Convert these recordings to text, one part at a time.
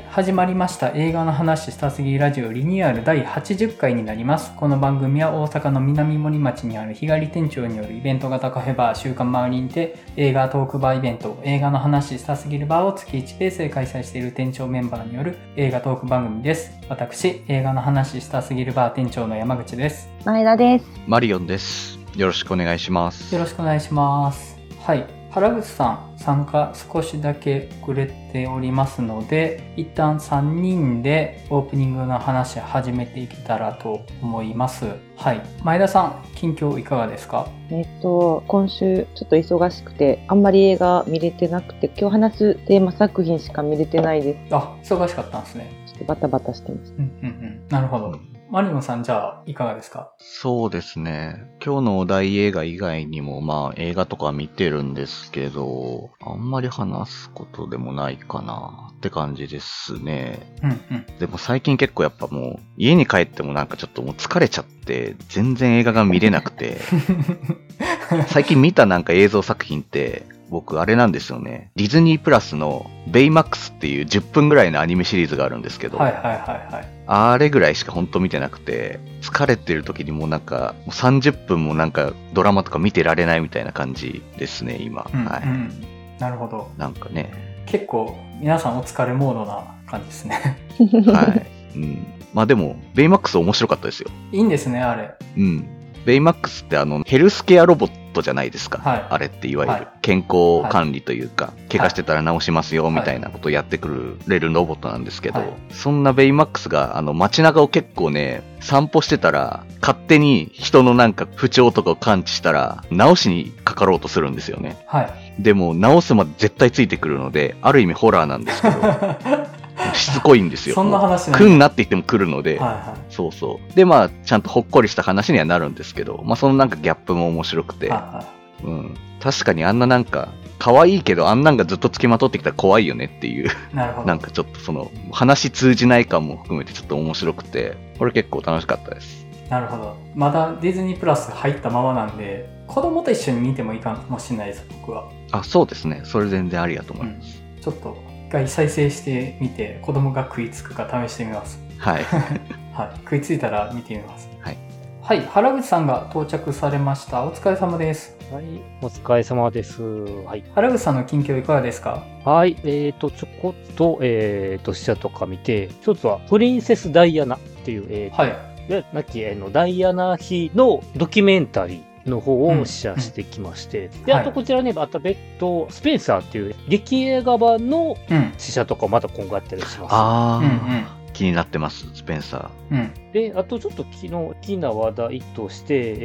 始まりました映画の話したすぎラジオリニューアル第80回になります。この番組は大阪の南森町にある日帰り店長によるイベント型カフェバー週刊マーリンで映画トークバーイベント映画の話したすぎるバーを月1ペースで開催している店長メンバーによる映画トーク番組です。私、映画の話したすぎるバー店長の山口です。 前田です。 マリオンです。よろしくお願いします。 よろしくお願いします。はい。原口さん参加少しだけくれておりますので、一旦3人でオープニングの話始めていけたらと思います。はい。前田さん、近況いかがですか？ 今週ちょっと忙しくて、あんまり映画見れてなくて、今日話すテーマ作品しか見れてないです。 あ、忙しかったんですね。 ちょっとバタバタしてます。 なるほど。マリオンさん、じゃあいかがですか？ そうですね。今日のお題映画以外にも映画とか見てるんですけど、あんまり話すことでもないかなって感じですね。でも最近結構やっぱもう家に帰ってもなんかちょっともう疲れちゃって全然映画が見れなくて最近見たなんか映像作品って僕あれなんですよね。ディズニープラスのベイマックスっていう10分ぐらいのアニメシリーズがあるんですけど、あれぐらいしか本当見てなくて、疲れてる時にもうなんかもう30分もなんかドラマとか見てられないみたいな感じですね今。 なるほど。 なんかね、 結構皆さんお疲れモードな感じですね。 はい。まあでもベイマックス面白かったですよ。 いいんですねあれ。 ベイマックスってヘルスケアロボットじゃないですか、あれっていわゆる健康管理というか、怪我してたら治しますよみたいなことをやってくれるロボットなんですけど、そんなベイマックスが街中を結構ね散歩してたら勝手に人のなんか不調とかを感知したら治しにかかろうとするんですよね。でも治すまで絶対ついてくるので、ある意味ホラーなんですけどしつこいんですよ。 そんな話来んなって言っても来るので、そうそう。でちゃんとほっこりした話にはなるんですけど、そのなんかギャップも面白くて、確かにあんななんか可愛いけどあんなんがずっと付きまとってきたら怖いよねっていう、なんかちょっとその話通じない感も含めてちょっと面白くて、これ結構楽しかったです。 なるほど。まだディズニープラス入ったままなんで、子供と一緒に見てもいいかもしれないです僕は。 あ、そうですね。それ全然ありだと思います。 ちょっと一回再生してみて子供が食いつくか試してみます。 はい。 食いついたら見てみます。 はい。 原口さんが到着されました。お疲れ様です。 はい、お疲れ様です。はい。 原口さんの近況いかがですか？ はい、ちょこっと、試写とか見て、一つはプリンセスダイアナっていう、なきダイアナ妃のドキュメンタリーの方を試写してきまして、で、あとこちらね、また別途、スペンサーっていう劇映画版の試写とかまた今後やったりします。 気になってます、スペンサー。で、あとちょっと昨日、大きな話題として、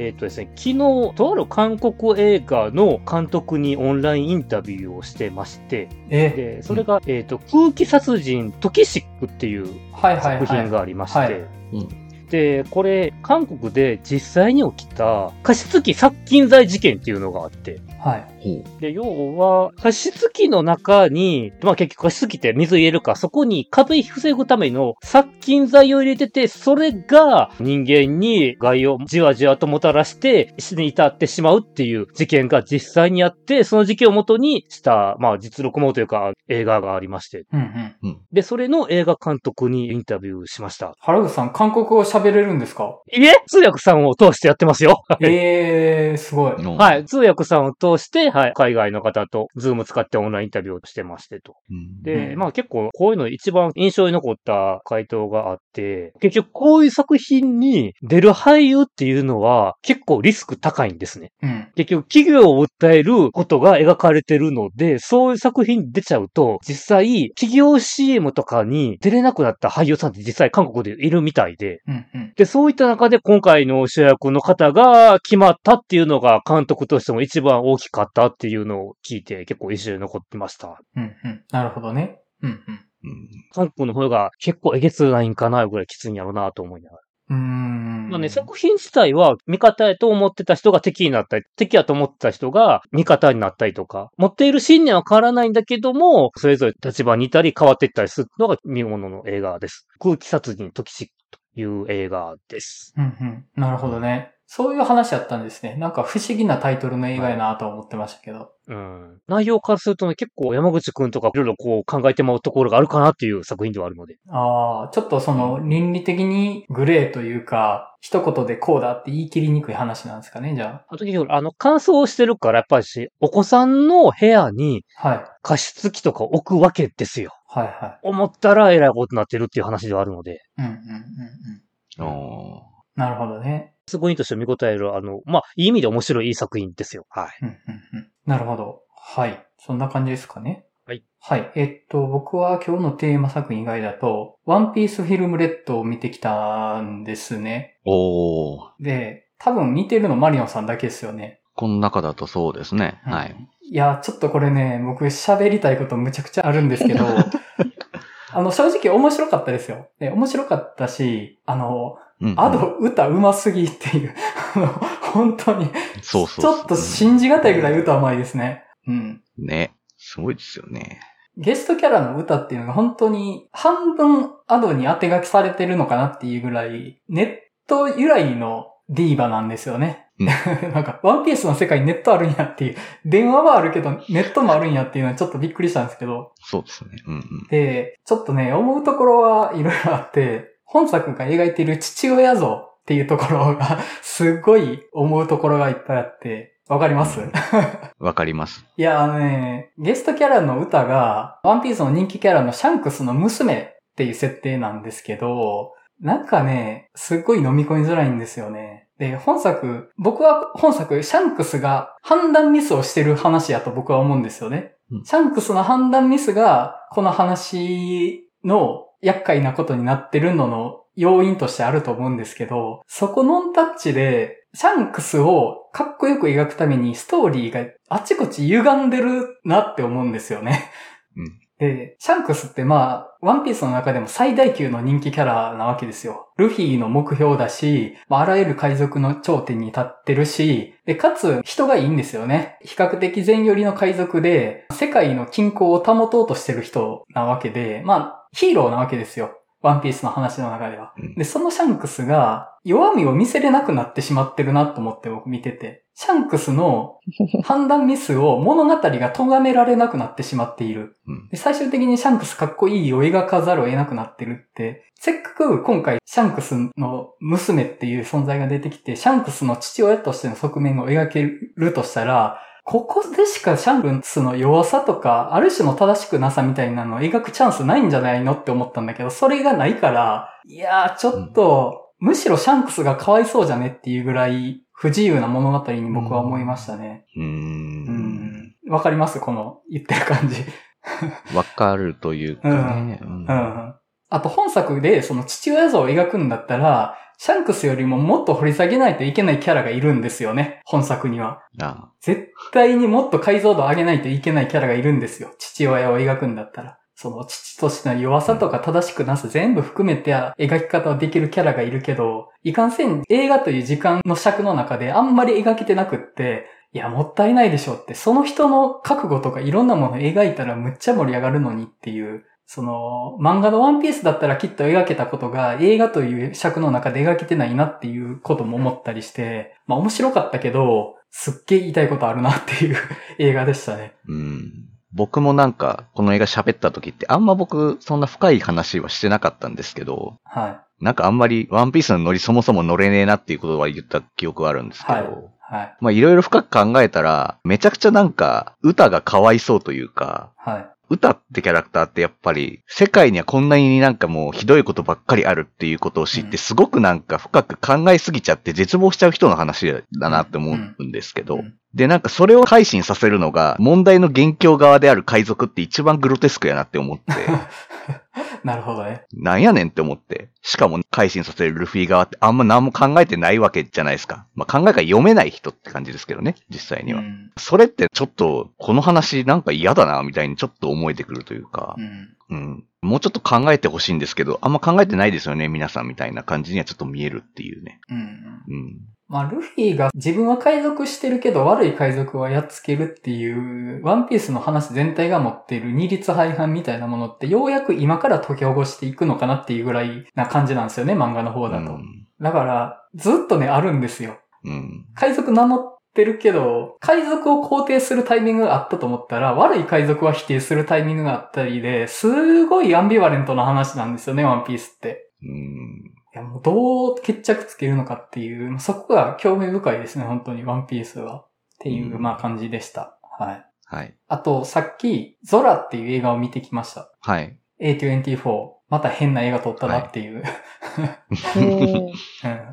ですね、昨日、とある韓国映画の監督にオンラインインタビューをしてまして、で、それが、空気殺人トキシックっていう作品がありまして、で、これ、韓国で実際に起きた加湿器殺菌剤事件っていうのがあって、で、要は、加湿器の中に、結局加湿器って水入れるか、そこに風邪防ぐための殺菌剤を入れてて、それが人間に害をじわじわともたらして死に至ってしまうっていう事件が実際にあって、その事件をもとにした、実録もというか映画がありまして。で、それの映画監督にインタビューしました。 原口さん、韓国語喋れるんですか？ いえ、通訳さんを通してやってますよ。 すごい。 はい、通訳さんを通して、海外の方とズーム使ってオンラインインタビューをしてましてと。で、結構こういうの一番印象に残った回答があって、結局こういう作品に出る俳優っていうのは結構リスク高いんですね。結局企業を訴えることが描かれてるので、そういう作品に出ちゃうと、実際企業 CM とかに出れなくなった俳優さんって実際韓国でいるみたいで、で、そういった中で今回の主役の方が決まったっていうのが監督としても一番大きかったっていうのを聞いて結構印象に残ってました。 なるほどね。 韓国の方が結構えげつないんかなぐらいきついんやろうなと思いながら。作品自体は味方やと思ってた人が敵になったり、敵やと思ってた人が味方になったりとか、持っている信念は変わらないんだけども、それぞれ立場にいたり変わっていったりするのが見ものの映画です。空気殺人トキシックという映画です。 なるほどね。 そういう話やったんですね。なんか不思議なタイトルの映画やなと思ってましたけど。 内容からするとね、結構山口くんとかいろいろこう考えてまうところがあるかなっていう作品ではあるので。 ああ、ちょっとその倫理的にグレーというか、一言でこうだって言い切りにくい話なんですかね、じゃあと結局、乾燥してるからやっぱりお子さんの部屋に、加湿器とか置くわけですよ。 はいはい。 思ったらえらいことになってるっていう話ではあるので。 なるほどね。 作品として見応える、まあ、いい意味で面白い作品ですよ。はい。 なるほど。はい。そんな感じですかね。 はい。 はい。僕は今日のテーマ作品以外だと、ワンピースフィルムレッドを見てきたんですね。で、多分見てるのマリオンさんだけですよね。 この中だとそうですね。はい。 いや、ちょっとこれね、僕喋りたいことむちゃくちゃあるんですけど、正直面白かったですよ。面白かったし、歌上手すぎっていう、本当に、ちょっと信じがたいぐらい歌上手いですね。 ね。すごいですよね。 ゲストキャラの歌っていうのが本当に半分アドに当て書きされてるのかなっていうぐらい、ネット由来のディーバなんですよね。なんか、ワンピースの世界にネットあるんやっていう、電話はあるけどネットもあるんやっていうのはちょっとびっくりしたんですけど。 そうですね。 で、ちょっとね、思うところはいろいろあって、本作が描いている父親像っていうところが、すごい思うところがいっぱいあって、わかります？ わかります。 いや、ゲストキャラの歌が、ワンピースの人気キャラのシャンクスの娘っていう設定なんですけど、なんかね、すっごい飲み込みづらいんですよね。で、僕は本作、シャンクスが判断ミスをしてる話やと僕は思うんですよね。シャンクスの判断ミスが、この話の厄介なことになってるのの要因としてあると思うんですけど、そこノンタッチで、シャンクスをかっこよく描くためにストーリーがあちこち歪んでるなって思うんですよね。で、シャンクスってワンピースの中でも最大級の人気キャラなわけですよ。ルフィの目標だし、あらゆる海賊の頂点に立ってるし、で、かつ人がいいんですよね。比較的善寄りの海賊で、世界の均衡を保とうとしてる人なわけで、ヒーローなわけですよ。ワンピースの話の中では。で、そのシャンクスが弱みを見せれなくなってしまってるなと思って僕見てて。シャンクスの判断ミスを物語が咎められなくなってしまっている。で、最終的にシャンクスかっこいいを描かざるを得なくなってるって、せっかく今回シャンクスの娘っていう存在が出てきて、シャンクスの父親としての側面を描けるとしたら、ここでしかシャンクスの弱さとか、ある種の正しくなさみたいなのを描くチャンスないんじゃないのって思ったんだけど、それがないから、いやーちょっと、むしろシャンクスがかわいそうじゃねっていうぐらい不自由な物語に僕は思いましたね。わかります？この言ってる感じ。 わかるというかね。 あと本作でその父親像を描くんだったら、シャンクスよりももっと掘り下げないといけないキャラがいるんですよね。本作には。絶対にもっと解像度を上げないといけないキャラがいるんですよ。父親を描くんだったら。その父としての弱さとか正しくなす全部含めて描き方をできるキャラがいるけど、いかんせん映画という時間の尺の中であんまり描けてなくって、いやもったいないでしょって、その人の覚悟とかいろんなものを描いたらむっちゃ盛り上がるのにっていう、その漫画のワンピースだったらきっと描けたことが映画という尺の中で描けてないなっていうことも思ったりして、面白かったけど、すっげえ言いたいことあるなっていう映画でしたね。 僕もなんか、この映画喋った時って、あんま僕、そんな深い話はしてなかったんですけど、なんかあんまり、ワンピースのノリそもそも乗れねえなっていうことは言った記憶はあるんですけど、いろいろ深く考えたら、めちゃくちゃなんか、歌がかわいそうというか、歌ってキャラクターってやっぱり、世界にはこんなになんかもうひどいことばっかりあるっていうことを知って、すごくなんか深く考えすぎちゃって絶望しちゃう人の話だなって思うんですけど、で、なんかそれを配信させるのが、問題の元凶側である海賊って一番グロテスクやなって思って。 なるほどね。 なんやねんって思って。しかも改心させるルフィ側ってあんま何も考えてないわけじゃないですか。考えが読めない人って感じですけどね、実際には。それってちょっと、この話なんか嫌だな、みたいにちょっと思えてくるというか。もうちょっと考えてほしいんですけど、あんま考えてないですよね、皆さんみたいな感じにはちょっと見えるっていうね。 ルフィが自分は海賊してるけど悪い海賊はやっつけるっていう、ワンピースの話全体が持っている二律背反みたいなものってようやく今から解きほぐしていくのかなっていうぐらいな感じなんですよね、漫画の方だと。だから、ずっとね、あるんですよ。 うん。 海賊名乗ってるけど、海賊を肯定するタイミングがあったと思ったら、悪い海賊は否定するタイミングがあったりで、すごいアンビバレントな話なんですよね、ワンピースって。いや、もうどう決着つけるのかっていう、そこが興味深いですね、本当にワンピースは。っていう、まあ感じでした。はい。 はい。 あと、さっき、ゾラっていう映画を見てきました。 はい。 A24。また変な映画撮ったなっていう。 はいうん、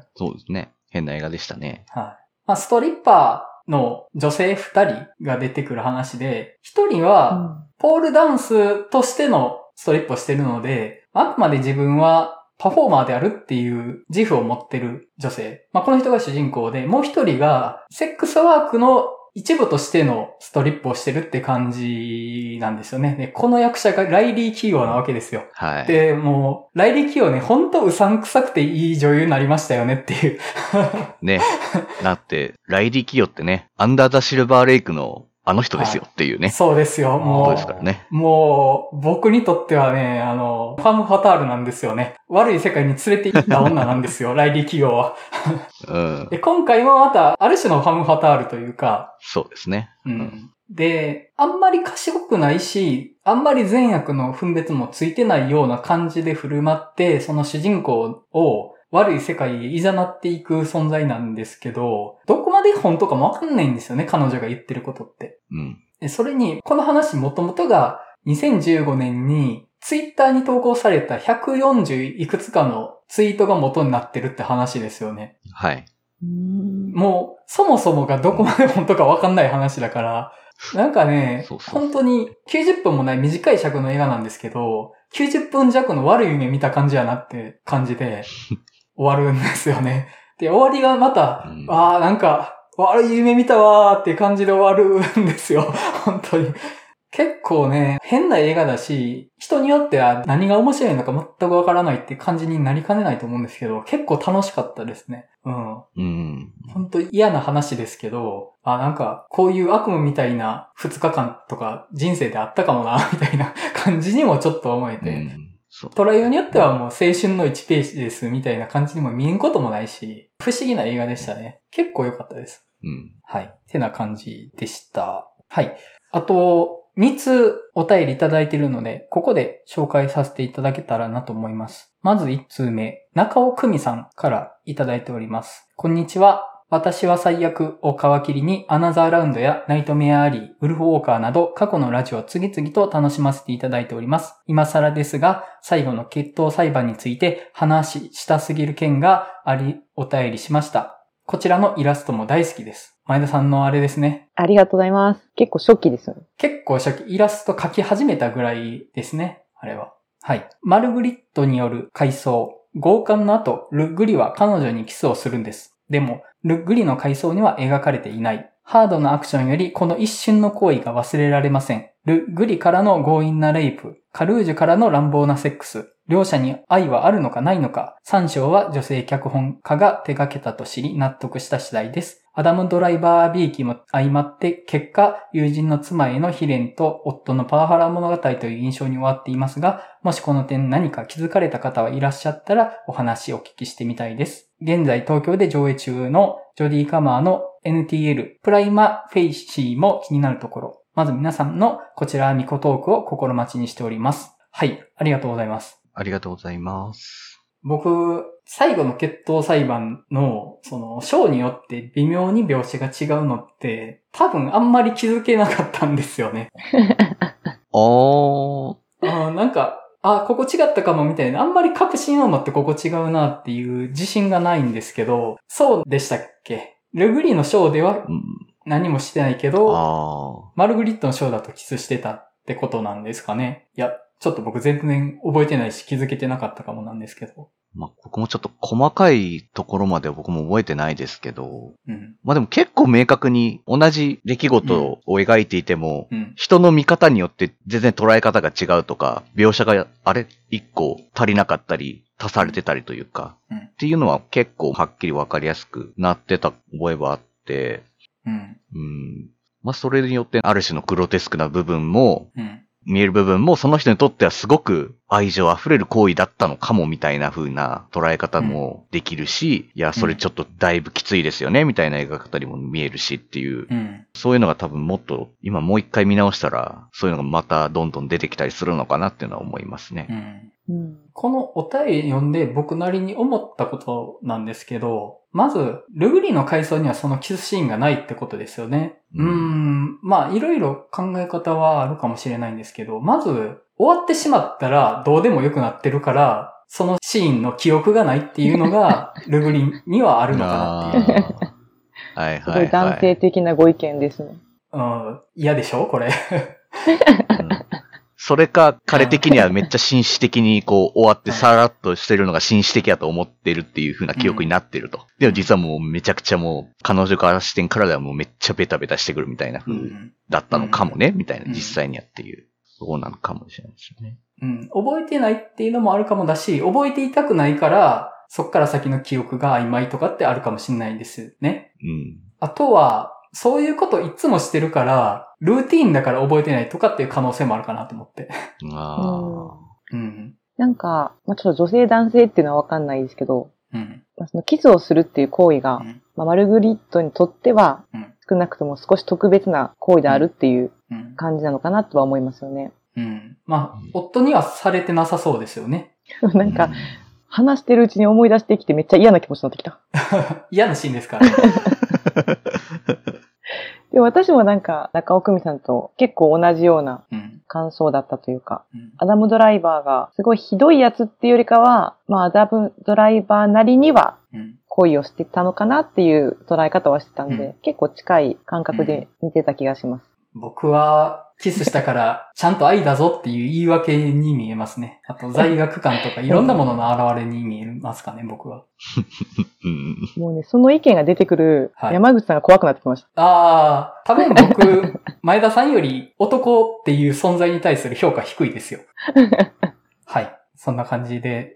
そうですね。変な映画でしたね。 はい。まあ、ストリッパーの女性2人が出てくる話で、1人は、ポールダンスとしてのストリップをしてるので、あくまで自分はパフォーマーであるっていう自負を持ってる女性。まあ、この人が主人公で、もう1人が、セックスワークの一部としてのストリップをしてるって感じなんですよね。で、この役者がライリー・キーオなわけですよ。 はい。 で、もう、ライリー・キーオね、ほんとうさんくさくていい女優になりましたよねっていう。 ね。だって、ライリー・キーオってね、アンダー・ザ・シルバー・レイクのあの人ですよっていうね。はい、 そうですよ。もう。 そうですからね。 もう、僕にとってはね、ファム・ファタールなんですよね。悪い世界に連れて行った女なんですよ、ライリー・キーオは。 うん。 で、今回もまた、ある種のファム・ファタールというか。 そうですね。 うん。で、あんまり賢くないし、あんまり善悪の分別もついてないような感じで振る舞って、その主人公を悪い世界へ誘っていく存在なんですけど、どこまで本当かもわかんないんですよね、彼女が言ってることって。 うん。 でそれに、この話もともとが2015年にツイッターに投稿された140いくつかのツイートが元になってるって話ですよね。 はい。 もう、そもそもがどこまで本当かわかんない話だから、なんかね、本当に90分もない短い尺の映画なんですけど、90分弱の悪い夢見た感じやなって感じで終わるんですよね。で、終わりがまた、なんか悪い夢見たわーって感じで終わるんですよ。本当に。結構ね、変な映画だし、人によっては何が面白いのか全くわからないって感じになりかねないと思うんですけど、結構楽しかったですね。本当嫌な話ですけど、なんか、こういう悪夢みたいな2日間とか人生であったかもな、みたいな感じにもちょっと思えて、捉えようによってはもう青春の1ページですみたいな感じにも見えんこともないし、不思議な映画でしたね。結構良かったです。はい。ってな感じでした。はい。あと、2通お便りいただいているので、ここで紹介させていただけたらなと思います。まず1通目、中尾久美さんからいただいております。こんにちは。私は最悪を皮切りにアナザーラウンドやナイトメアアリー、ウルフウォーカーなど過去のラジオを次々と楽しませていただいております。今更ですが、最後の決闘裁判について話したすぎる件がありお便りしました。こちらのイラストも大好きです。前田さんのあれですね。 ありがとうございます。結構初期ですよね。 結構初期、イラスト描き始めたぐらいですね。あれは。はい。マルグリットによる回想。強姦の後、ルッグリは彼女にキスをするんです。でも、ルッグリの回想には描かれていない。ハードなアクションよりこの一瞬の行為が忘れられません。ルッグリからの強引なレイプ、カルージュからの乱暴なセックス。両者に愛はあるのかないのか、3章は女性脚本家が手掛けたと知り納得した次第です。アダム・ドライバー・ビーキも相まって結果、友人の妻への悲恋と夫のパワハラ物語という印象に終わっていますが、もしこの点何か気づかれた方はいらっしゃったらお話をお聞きしてみたいです。現在東京で上映中のジョディ・カマーの NTL プライマ・フェイシーも気になるところ。まず皆さんのこちらミコトークを心待ちにしております。はい、ありがとうございます。 ありがとうございます。 僕、最後の決闘裁判の、章によって微妙に描写が違うのって、多分あんまり気づけなかったんですよね。なんか、ここ違ったかもみたいな、あんまり確信を持ってここ違うなっていう自信がないんですけど、そうでしたっけ？ルグリの章では何もしてないけど、マルグリットの章だとキスしてたってことなんですかね。いや、ちょっと僕全然覚えてないし気づけてなかったかもなんですけど。 僕もちょっと細かいところまで僕も覚えてないですけど、でも結構明確に同じ出来事を描いていても、人の見方によって全然捉え方が違うとか、描写が一個足りなかったり、足されてたりというか、っていうのは結構はっきりわかりやすくなってた覚えはあって、それによってある種のグロテスクな部分も、 見える部分もその人にとってはすごく愛情あふれる行為だったのかもみたいな風な捉え方もできるし、いや、それちょっとだいぶきついですよねみたいな描き方にも見えるしっていう、そういうのが多分もっと今もう一回見直したら、そういうのがまたどんどん出てきたりするのかなっていうのは思いますね。 このお便り読んで僕なりに思ったことなんですけど、まず、ルグリの回想にはそのキスシーンがないってことですよね。まあ、いろいろ考え方はあるかもしれないんですけど、まず、終わってしまったらどうでもよくなってるから、そのシーンの記憶がないっていうのが、ルグリにはあるのかなっていう。 はいはいはい。 すごい男性的なご意見ですね。 嫌でしょこれ。 それか、彼的にはめっちゃ紳士的にこう終わってさらっとしてるのが紳士的だと思ってるっていう風な記憶になってると。でも実はもうめちゃくちゃもう、彼女から視点からではもうめっちゃベタベタしてくるみたいな風だったのかもね、みたいな実際にはっていう。そうなのかもしれないですよね。 覚えてないっていうのもあるかもだし、覚えていたくないから、そっから先の記憶が曖昧とかってあるかもしれないですね。あとは、そういうこといつもしてるから、ルーティーンだから覚えてないとかっていう可能性もあるかなと思って。 なんか、ちょっと女性男性っていうのはわかんないですけど、そのキスをするっていう行為が、マルグリットにとっては、少なくとも少し特別な行為であるっていう感じなのかなとは思いますよね。 まあ、夫にはされてなさそうですよね。 なんか、話してるうちに思い出してきてめっちゃ嫌な気持ちになってきた。 嫌なシーンですからね。 で私もなんか中尾久美さんと結構同じような感想だったというか、アダムドライバーがすごいひどいやつっていうよりかは、アダムドライバーなりには恋をしてたのかなっていう捉え方はしてたんで、結構近い感覚で見てた気がします。 僕はキスしたからちゃんと愛だぞっていう言い訳に見えますね。あと罪悪感とかいろんなものの表れに見えますかね、僕は。 もうね、その意見が出てくる山口さんが怖くなってきました。 多分僕、前田さんより男っていう存在に対する評価低いですよ。はい。そんな感じで。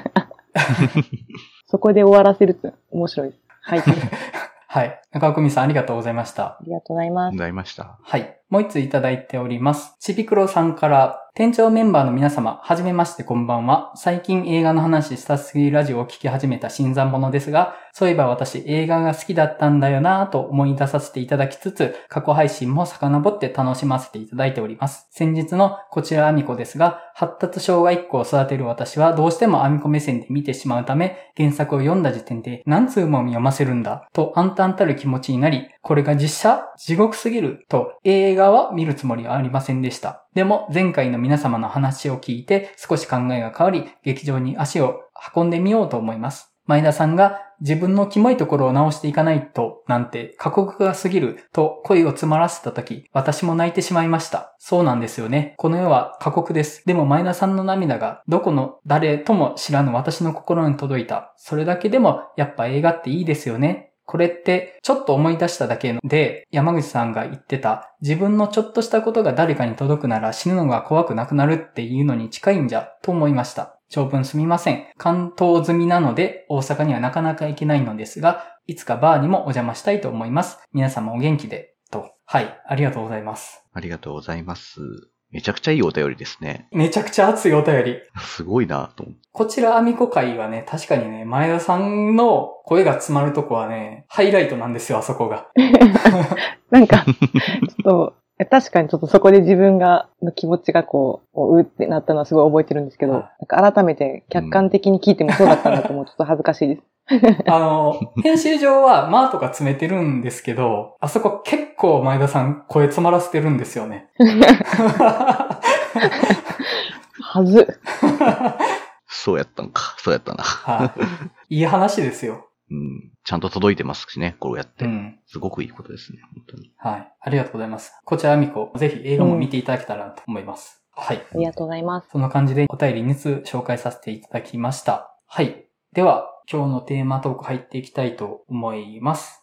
そこで終わらせるって面白いです。はい。 はい。中尾久美さんありがとうございました。 ありがとうございます。 ありがとうございました。 はい。もう一ついただいております。ちびくろさんから、店長メンバーの皆様、はじめましてこんばんは。最近映画の話したすぎラジオを聞き始めた新参者ですが、そういえば私映画が好きだったんだよなぁと思い出させていただきつつ、過去配信も遡って楽しませていただいております。先日のこちらアミコですが、発達障害っ子を育てる私はどうしてもアミコ目線で見てしまうため、原作を読んだ時点で何通も読ませるんだと暗淡たる気持ちになり、これが実写地獄すぎると映画は見るつもりはありませんでした。でも前回の皆様の話を聞いて少し考えが変わり、劇場に足を運んでみようと思います。前田さんが自分のキモいところを直していかないとなんて過酷が過ぎると声を詰まらせたとき、私も泣いてしまいました。そうなんですよね。この世は過酷です。でも前田さんの涙がどこの誰とも知らぬ私の心に届いた。それだけでもやっぱ映画っていいですよね。これってちょっと思い出しただけで、山口さんが言ってた自分のちょっとしたことが誰かに届くなら死ぬのが怖くなくなるっていうのに近いんじゃと思いました。長文すみません。関東済みなので大阪にはなかなか行けないのですが、いつかバーにもお邪魔したいと思います。皆様お元気で。と。はい、ありがとうございます。 ありがとうございます。めちゃくちゃいいお便りですね。 めちゃくちゃ熱いお便り。 すごいなと思って。 こちらアミコ会はね、確かにね、前田さんの声が詰まるとこはね、ハイライトなんですよ、あそこが。 なんか、ちょっと、確かにちょっとそこで自分が、の気持ちがこう、うってなったのはすごい覚えてるんですけど、なんか改めて客観的に聞いてもそうだったんだと思うとちょっと恥ずかしいです。 編集上はまあとか詰めてるんですけど、あそこ結構前田さん声詰まらせてるんですよね。 はず。 そうやったんか。そうやったな。 いい話ですよ。 ちゃんと届いてますしね、こうやって。すごくいいことですね、本当に。 はい。ありがとうございます。こちらミコ、ぜひ映画も見ていただけたらと思います。はい。 ありがとうございます。 そんな感じでお便り2つ紹介させていただきました。はい。では、今日のテーマトーク入っていきたいと思います。